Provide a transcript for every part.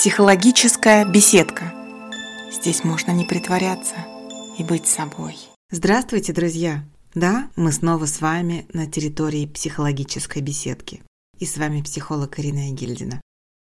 Психологическая беседка. Здесь можно не притворяться и быть собой. Здравствуйте, друзья! Да, мы снова с вами на территории психологической беседки. И с вами психолог Ирина Игильдина.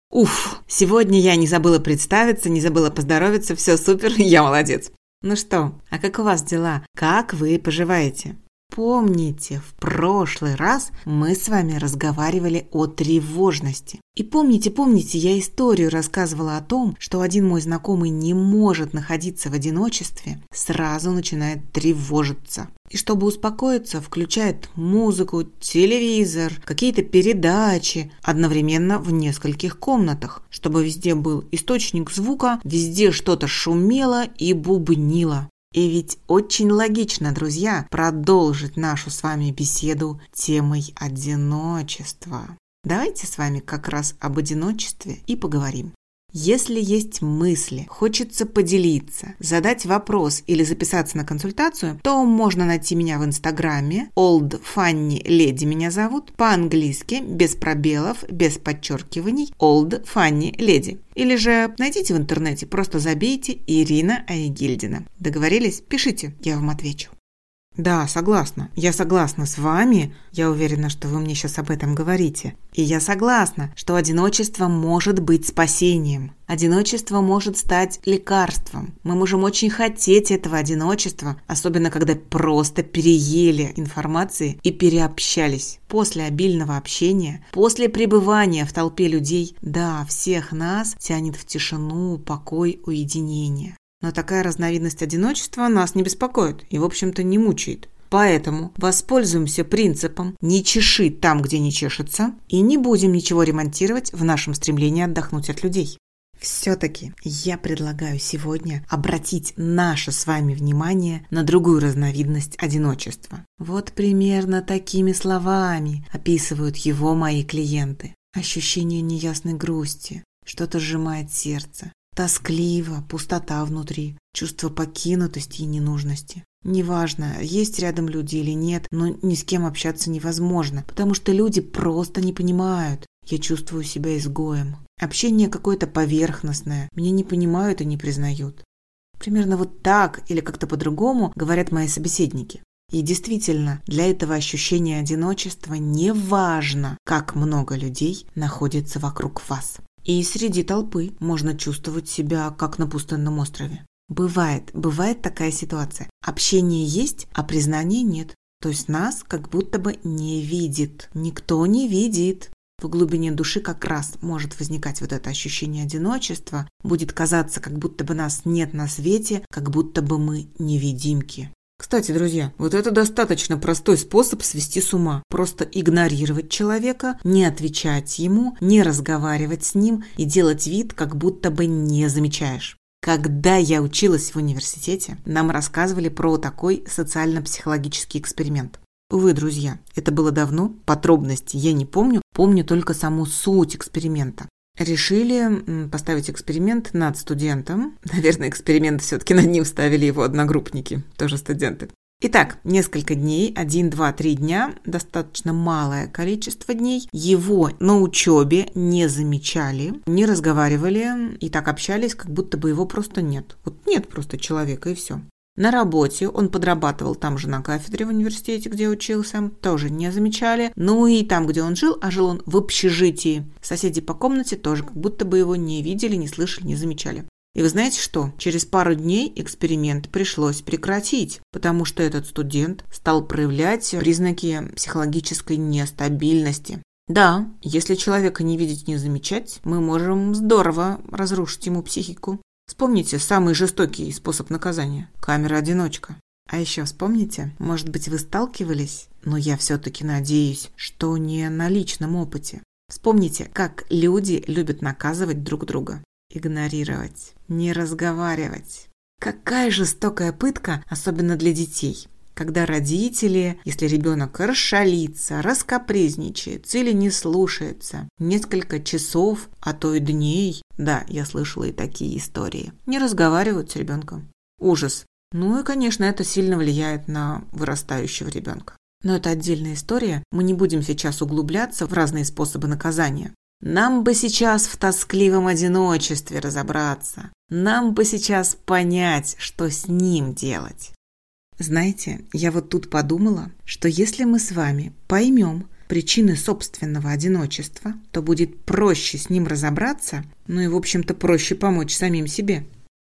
Сегодня я не забыла представиться, не забыла поздороваться, все супер, я молодец. Ну что, а как у вас дела? Как вы поживаете? Помните, в прошлый раз мы с вами разговаривали о тревожности. И помните, я историю рассказывала о том, что один мой знакомый не может находиться в одиночестве, сразу начинает тревожиться. И чтобы успокоиться, включает музыку, телевизор, какие-то передачи, одновременно в нескольких комнатах, чтобы везде был источник звука, везде что-то шумело и бубнило. И ведь очень логично, друзья, продолжить нашу с вами беседу темой одиночества. Давайте с вами как раз об одиночестве и поговорим. Если есть мысли, хочется поделиться, задать вопрос или записаться на консультацию, то можно найти меня в Инстаграме. Old Funny Lady меня зовут. По-английски, без пробелов, без подчеркиваний. Old Funny Lady. Или же найдите в интернете, просто забейте Ирина Игильдина. Договорились? Пишите, я вам отвечу. Да, согласна. Я согласна с вами. Я уверена, что вы мне сейчас об этом говорите. И я согласна, что одиночество может быть спасением. Одиночество может стать лекарством. Мы можем очень хотеть этого одиночества, особенно когда просто переели информации и переобщались. После обильного общения, после пребывания в толпе людей, да, всех нас тянет в тишину, покой, уединение. Но такая разновидность одиночества нас не беспокоит и, в общем-то, не мучает. Поэтому воспользуемся принципом «не чеши там, где не чешется» и не будем ничего ремонтировать в нашем стремлении отдохнуть от людей. Все-таки я предлагаю сегодня обратить наше с вами внимание на другую разновидность одиночества. Вот примерно такими словами описывают его мои клиенты. Ощущение неясной грусти, что-то сжимает сердце. Тоскливо, пустота внутри, чувство покинутости и ненужности. Неважно, есть рядом люди или нет, но ни с кем общаться невозможно, потому что люди просто не понимают. Я чувствую себя изгоем. Общение какое-то поверхностное, меня не понимают и не признают. Примерно вот так или как-то по-другому говорят мои собеседники. И действительно, для этого ощущения одиночества не важно, как много людей находится вокруг вас. И среди толпы можно чувствовать себя, как на пустынном острове. Бывает такая ситуация. Общение есть, а признания нет. То есть нас как будто бы не видит. Никто не видит. В глубине души как раз может возникать вот это ощущение одиночества. Будет казаться, как будто бы нас нет на свете, как будто бы мы невидимки. Кстати, друзья, вот это достаточно простой способ свести с ума. Просто игнорировать человека, не отвечать ему, не разговаривать с ним и делать вид, как будто бы не замечаешь. Когда я училась в университете, нам рассказывали про такой социально-психологический эксперимент. Увы, друзья, это было давно, подробности я не помню только саму суть эксперимента. Решили поставить эксперимент над студентом. Наверное, эксперимент все-таки над ним ставили его одногруппники, тоже студенты. Итак, несколько дней, 1, 2, 3 дня, достаточно малое количество дней, его на учебе не замечали, не разговаривали и так общались, как будто бы его просто нет. Вот нет просто человека и все. На работе он подрабатывал там же на кафедре в университете, где учился, тоже не замечали. Ну и там, где он жил, а жил он в общежитии. Соседи по комнате тоже как будто бы его не видели, не слышали, не замечали. И вы знаете что? Через пару дней эксперимент пришлось прекратить, потому что этот студент стал проявлять признаки психологической нестабильности. Да, если человека не видеть, не замечать, мы можем здорово разрушить ему психику. Вспомните самый жестокий способ наказания – камера-одиночка. А еще вспомните, может быть, вы сталкивались, но я все-таки надеюсь, что не на личном опыте. Вспомните, как люди любят наказывать друг друга. Игнорировать, не разговаривать. Какая жестокая пытка, особенно для детей. Когда родители, если ребенок расшалится, раскапризничается или не слушается, несколько часов, а то и дней, да, я слышала и такие истории, не разговаривают с ребенком. Ужас. Ну и, конечно, это сильно влияет на вырастающего ребенка. Но это отдельная история, мы не будем сейчас углубляться в разные способы наказания. Нам бы сейчас в тоскливом одиночестве разобраться. Нам бы сейчас понять, что с ним делать. Знаете, я вот тут подумала, что если мы с вами поймем причины собственного одиночества, то будет проще с ним разобраться, ну и, в общем-то, проще помочь самим себе.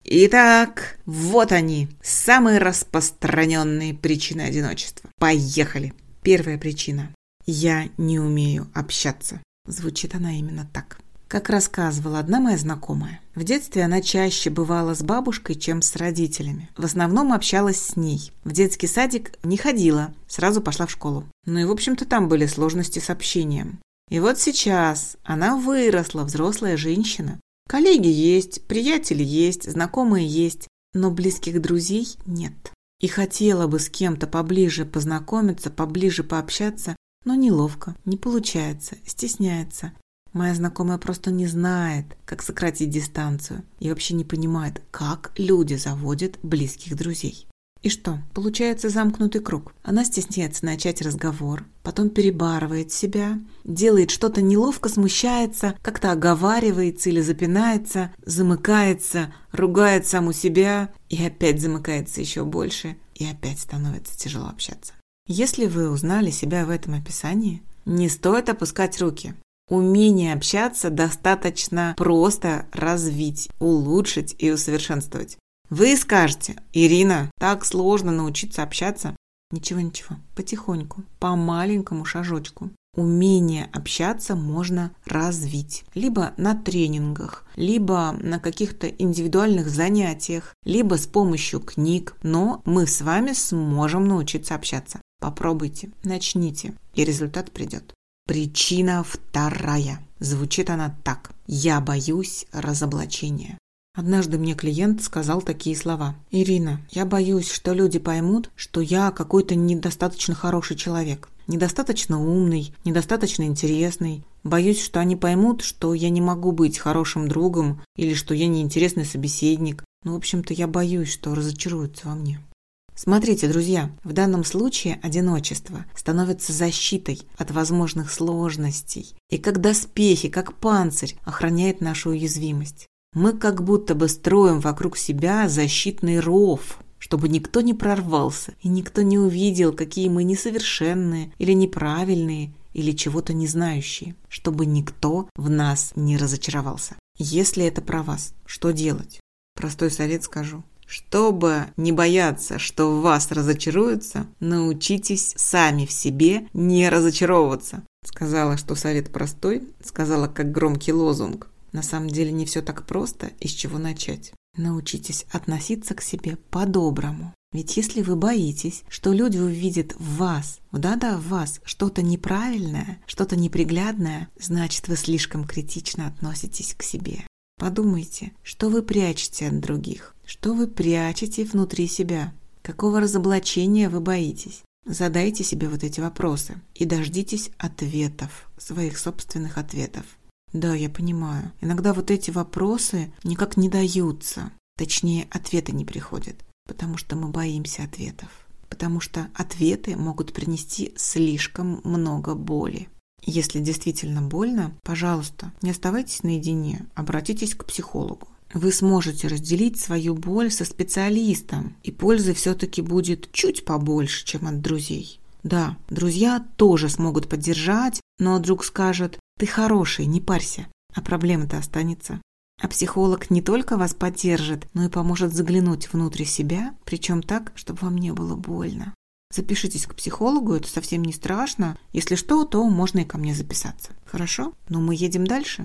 Итак, вот они, самые распространенные причины одиночества. Поехали! Первая причина. Я не умею общаться. Звучит она именно так. Как рассказывала одна моя знакомая, в детстве она чаще бывала с бабушкой, чем с родителями. В основном общалась с ней. В детский садик не ходила, сразу пошла в школу. Ну и, в общем-то, там были сложности с общением. И вот сейчас она выросла, взрослая женщина. Коллеги есть, приятели есть, знакомые есть, но близких друзей нет. И хотела бы с кем-то поближе познакомиться, поближе пообщаться, но неловко, не получается, стесняется. Моя знакомая просто не знает, как сократить дистанцию и вообще не понимает, как люди заводят близких друзей. И что? Получается замкнутый круг. Она стесняется начать разговор, потом перебарывает себя, делает что-то неловко, смущается, как-то оговаривается или запинается, замыкается, ругает саму себя и опять замыкается еще больше, и опять становится тяжело общаться. Если вы узнали себя в этом описании, не стоит опускать руки. Умение общаться достаточно просто развить, улучшить и усовершенствовать. Вы скажете: Ирина, так сложно научиться общаться. Ничего, потихоньку, по маленькому шажочку. Умение общаться можно развить. Либо на тренингах, либо на каких-то индивидуальных занятиях, либо с помощью книг. Но мы с вами сможем научиться общаться. Попробуйте, начните, и результат придет. Причина вторая. Звучит она так. Я боюсь разоблачения. Однажды мне клиент сказал такие слова. Ирина, я боюсь, что люди поймут, что я какой-то недостаточно хороший человек. Недостаточно умный, недостаточно интересный. Боюсь, что они поймут, что я не могу быть хорошим другом или что я неинтересный собеседник. Ну, в общем-то, я боюсь, что разочаруются во мне. Смотрите, друзья, в данном случае одиночество становится защитой от возможных сложностей и как доспехи, как панцирь охраняет нашу уязвимость. Мы как будто бы строим вокруг себя защитный ров, чтобы никто не прорвался и никто не увидел, какие мы несовершенные или неправильные или чего-то не знающие, чтобы никто в нас не разочаровался. Если это про вас, что делать? Простой совет скажу. Чтобы не бояться, что в вас разочаруются, научитесь сами в себе не разочаровываться. Сказала, что совет простой, сказала как громкий лозунг. На самом деле не все так просто, и с чего начать. Научитесь относиться к себе по-доброму. Ведь если вы боитесь, что люди увидят в вас, в вас что-то неправильное, что-то неприглядное, значит, вы слишком критично относитесь к себе. Подумайте, что вы прячете от других, что вы прячете внутри себя, какого разоблачения вы боитесь. Задайте себе вот эти вопросы и дождитесь ответов, своих собственных ответов. Да, я понимаю, иногда вот эти вопросы никак не даются, точнее, ответы не приходят, потому что мы боимся ответов, потому что ответы могут принести слишком много боли. Если действительно больно, пожалуйста, не оставайтесь наедине, обратитесь к психологу. Вы сможете разделить свою боль со специалистом, и пользы все-таки будет чуть побольше, чем от друзей. Да, друзья тоже смогут поддержать, но друг скажет: «Ты хороший, не парься», а проблема-то останется. А психолог не только вас поддержит, но и поможет заглянуть внутрь себя, причем так, чтобы вам не было больно. Запишитесь к психологу, это совсем не страшно. Если что, то можно и ко мне записаться. Хорошо? Но мы едем дальше.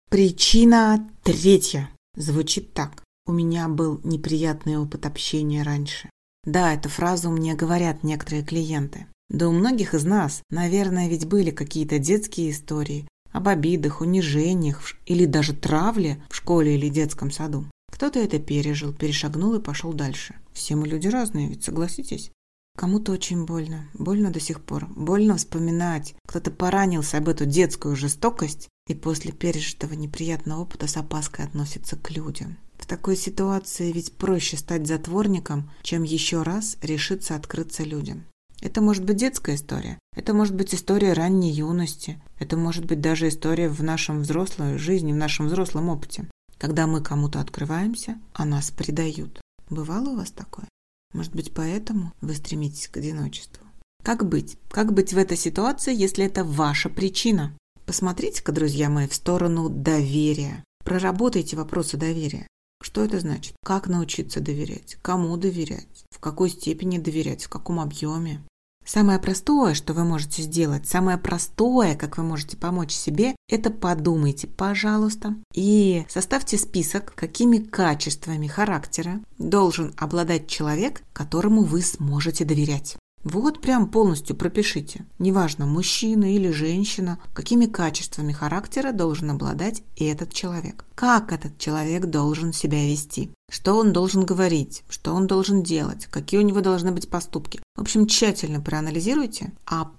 Причина третья. Звучит так. У меня был неприятный опыт общения раньше. Да, эту фразу мне говорят некоторые клиенты. Да у многих из нас, наверное, ведь были какие-то детские истории об обидах, унижениях или даже травле в школе или детском саду. Кто-то это пережил, перешагнул и пошел дальше. Все мы люди разные, ведь согласитесь? Кому-то очень больно, больно до сих пор, больно вспоминать. Кто-то поранился об эту детскую жестокость и после пережитого неприятного опыта с опаской относится к людям. В такой ситуации ведь проще стать затворником, чем еще раз решиться открыться людям. Это может быть детская история, это может быть история ранней юности, это может быть даже история в нашем взрослой жизни, в нашем взрослом опыте. Когда мы кому-то открываемся, а нас предают. Бывало у вас такое? Может быть, поэтому вы стремитесь к одиночеству? Как быть? Как быть в этой ситуации, если это ваша причина? Посмотрите-ка, друзья мои, в сторону доверия. Проработайте вопросы доверия. Что это значит? Как научиться доверять? Кому доверять? В какой степени доверять? В каком объеме? Самое простое, что вы можете сделать, самое простое, как вы можете помочь себе, это подумайте, пожалуйста, и составьте список, какими качествами характера должен обладать человек, которому вы сможете доверять. Вот прям полностью пропишите, неважно, мужчина или женщина, какими качествами характера должен обладать этот человек. Как этот человек должен себя вести, что он должен говорить, что он должен делать, какие у него должны быть поступки. В общем, тщательно проанализируйте, а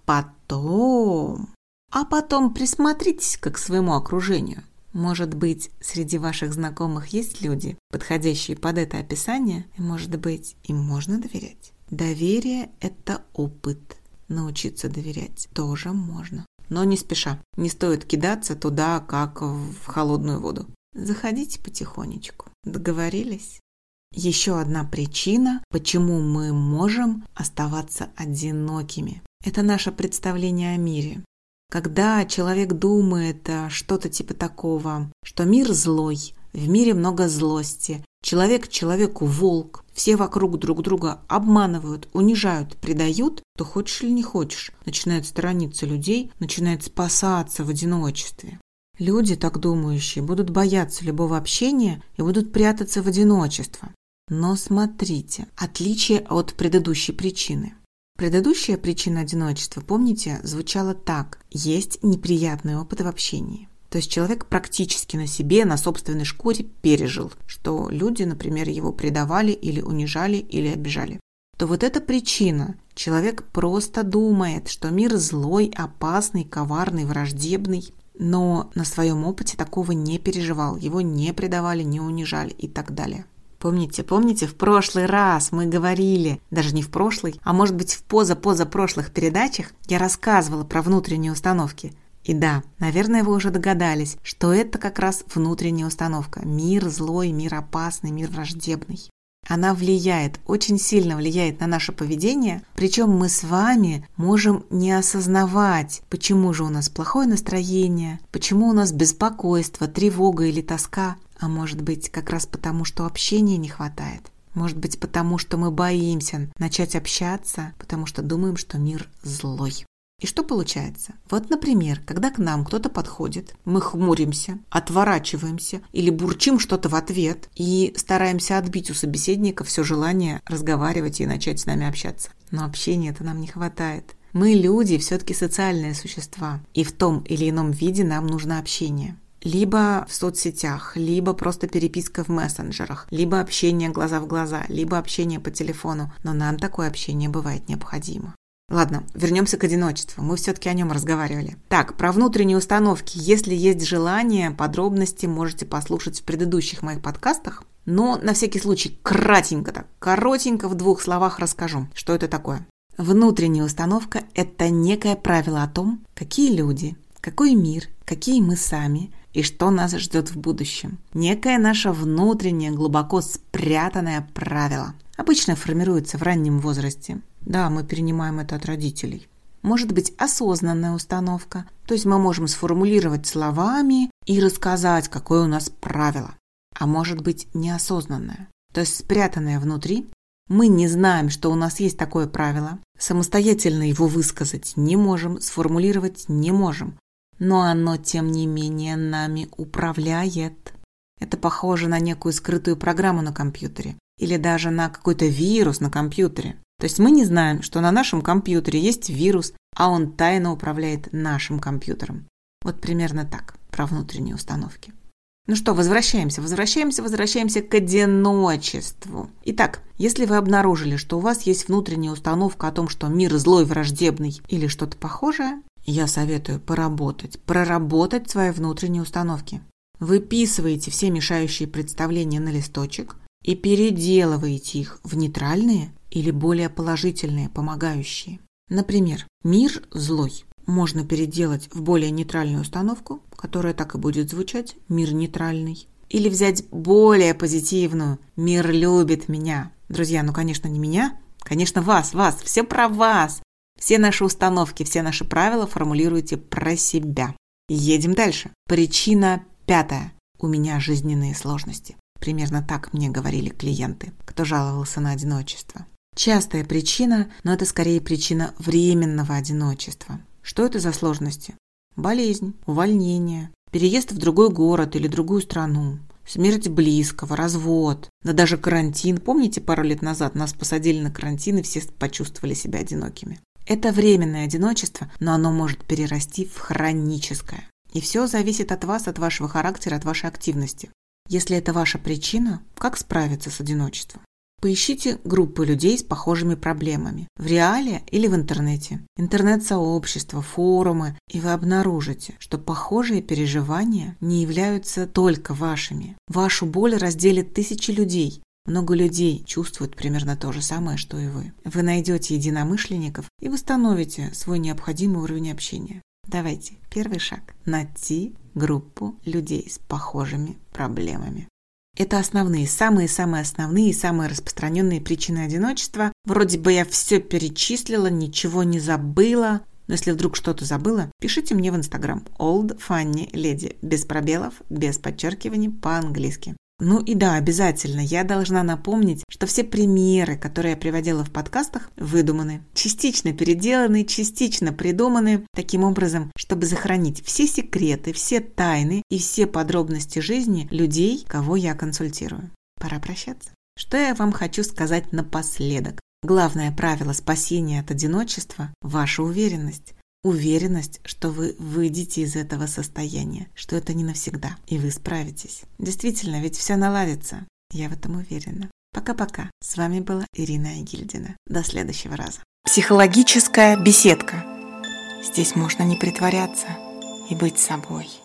потом присмотритесь-ка к своему окружению. Может быть, среди ваших знакомых есть люди, подходящие под это описание, и, может быть, им можно доверять. Доверие – это опыт. Научиться доверять тоже можно. Но не спеша. Не стоит кидаться туда, как в холодную воду. Заходите потихонечку. Договорились? Еще одна причина, почему мы можем оставаться одинокими. Это наше представление о мире. Когда человек думает что-то типа такого, что мир злой, в мире много злости, человек человеку волк, все вокруг друг друга обманывают, унижают, предают, то хочешь или не хочешь, начинает сторониться людей, начинает спасаться в одиночестве. Люди, так думающие, будут бояться любого общения и будут прятаться в одиночество. Но смотрите, отличие от предыдущей причины. Предыдущая причина одиночества, помните, звучала так: есть неприятный опыт в общении. То есть человек практически на себе, на собственной шкуре пережил, что люди, например, его предавали или унижали или обижали. То вот эта причина. Человек просто думает, что мир злой, опасный, коварный, враждебный, но на своем опыте такого не переживал, его не предавали, не унижали и так далее. Помните, в прошлый раз мы говорили, даже не в прошлый, а может быть в позапрошлых передачах я рассказывала про внутренние установки. И да, наверное, вы уже догадались, что это как раз внутренняя установка. Мир злой, мир опасный, мир враждебный. Она влияет, очень сильно влияет на наше поведение, причем мы с вами можем не осознавать, почему же у нас плохое настроение, почему у нас беспокойство, тревога или тоска, а может быть как раз потому, что общения не хватает. Может быть потому, что мы боимся начать общаться, потому что думаем, что мир злой. И что получается? Вот, например, когда к нам кто-то подходит, мы хмуримся, отворачиваемся или бурчим что-то в ответ и стараемся отбить у собеседника все желание разговаривать и начать с нами общаться. Но общения-то нам не хватает. Мы люди, все-таки социальные существа, и в том или ином виде нам нужно общение. Либо в соцсетях, либо просто переписка в мессенджерах, либо общение глаза в глаза, либо общение по телефону, но нам такое общение бывает необходимо. Ладно, вернемся к одиночеству, мы все-таки о нем разговаривали. Так, про внутренние установки, если есть желание, подробности можете послушать в предыдущих моих подкастах, но на всякий случай коротенько в 2 словах расскажу, что это такое. Внутренняя установка – это некое правило о том, какие люди, какой мир, какие мы сами и что нас ждет в будущем. Некое наше внутреннее, глубоко спрятанное правило. Обычно формируется в раннем возрасте. Да, мы перенимаем это от родителей. Может быть осознанная установка, то есть мы можем сформулировать словами и рассказать, какое у нас правило. А может быть неосознанная, то есть спрятанная внутри. Мы не знаем, что у нас есть такое правило, самостоятельно его высказать не можем, сформулировать не можем, но оно, тем не менее, нами управляет. Это похоже на некую скрытую программу на компьютере или даже на какой-то вирус на компьютере. То есть мы не знаем, что на нашем компьютере есть вирус, а он тайно управляет нашим компьютером. Вот примерно так, про внутренние установки. Ну что, возвращаемся к одиночеству. Итак, если вы обнаружили, что у вас есть внутренняя установка о том, что мир злой, враждебный или что-то похожее, я советую проработать свои внутренние установки. Выписываете все мешающие представления на листочек и переделываете их в нейтральные или более положительные, помогающие. Например, мир злой можно переделать в более нейтральную установку, которая так и будет звучать «мир нейтральный». Или взять более позитивную «мир любит меня». Друзья, конечно, не меня, конечно, вас, все про вас. Все наши установки, все наши правила формулируйте про себя. Едем дальше. Причина 5. У меня жизненные сложности. Примерно так мне говорили клиенты, кто жаловался на одиночество. Частая причина, но это скорее причина временного одиночества. Что это за сложности? Болезнь, увольнение, переезд в другой город или другую страну, смерть близкого, развод, да даже карантин. Помните, пару лет назад нас посадили на карантин и все почувствовали себя одинокими? Это временное одиночество, но оно может перерасти в хроническое. И все зависит от вас, от вашего характера, от вашей активности. Если это ваша причина, как справиться с одиночеством? Поищите группы людей с похожими проблемами в реале или в интернете, интернет-сообщества, форумы, и вы обнаружите, что похожие переживания не являются только вашими. Вашу боль разделят тысячи людей. Много людей чувствуют примерно то же самое, что и вы. Вы найдете единомышленников и восстановите свой необходимый уровень общения. Давайте, первый шаг – найти группу людей с похожими проблемами. Это основные, самые-самые основные и самые распространенные причины одиночества. Вроде бы я все перечислила, ничего не забыла. Но если вдруг что-то забыла, пишите мне в Instagram Old Funny Lady, без пробелов, без подчеркиваний, по-английски. Ну и да, обязательно, я должна напомнить, что все примеры, которые я приводила в подкастах, выдуманы, частично переделаны, частично придуманы, таким образом, чтобы сохранить все секреты, все тайны и все подробности жизни людей, кого я консультирую. Пора прощаться. Что я вам хочу сказать напоследок? Главное правило спасения от одиночества – ваша уверенность. Уверенность, что вы выйдете из этого состояния, что это не навсегда, и вы справитесь. Действительно, ведь все наладится. Я в этом уверена. Пока-пока. С вами была Ирина Айгильдина. До следующего раза. Психологическая беседка. Здесь можно не притворяться и быть собой.